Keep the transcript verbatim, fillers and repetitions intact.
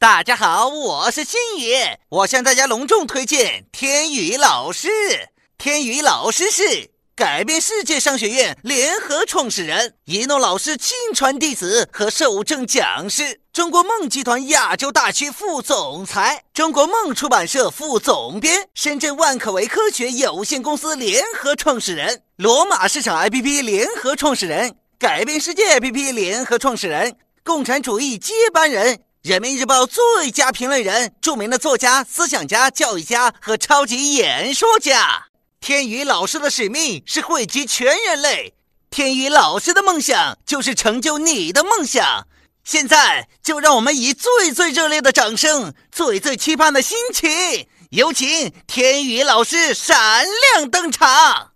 大家好，我是星爷，我向大家隆重推荐天宇老师。天宇老师是改变世界商学院联合创始人，一诺老师亲传弟子和受证讲师，中国梦集团亚洲大区副总裁，中国梦出版社副总编，深圳万可维科学有限公司联合创始人，罗马市场 A P P 联合创始人，改变世界 A P P 联合创始人，共产主义接班人，人民日报最佳评论人，著名的作家、思想家、教育家和超级演说家。天宇老师的使命是惠及全人类，天宇老师的梦想就是成就你的梦想。现在就让我们以最最热烈的掌声，最最期盼的心情，有请天宇老师闪亮登场。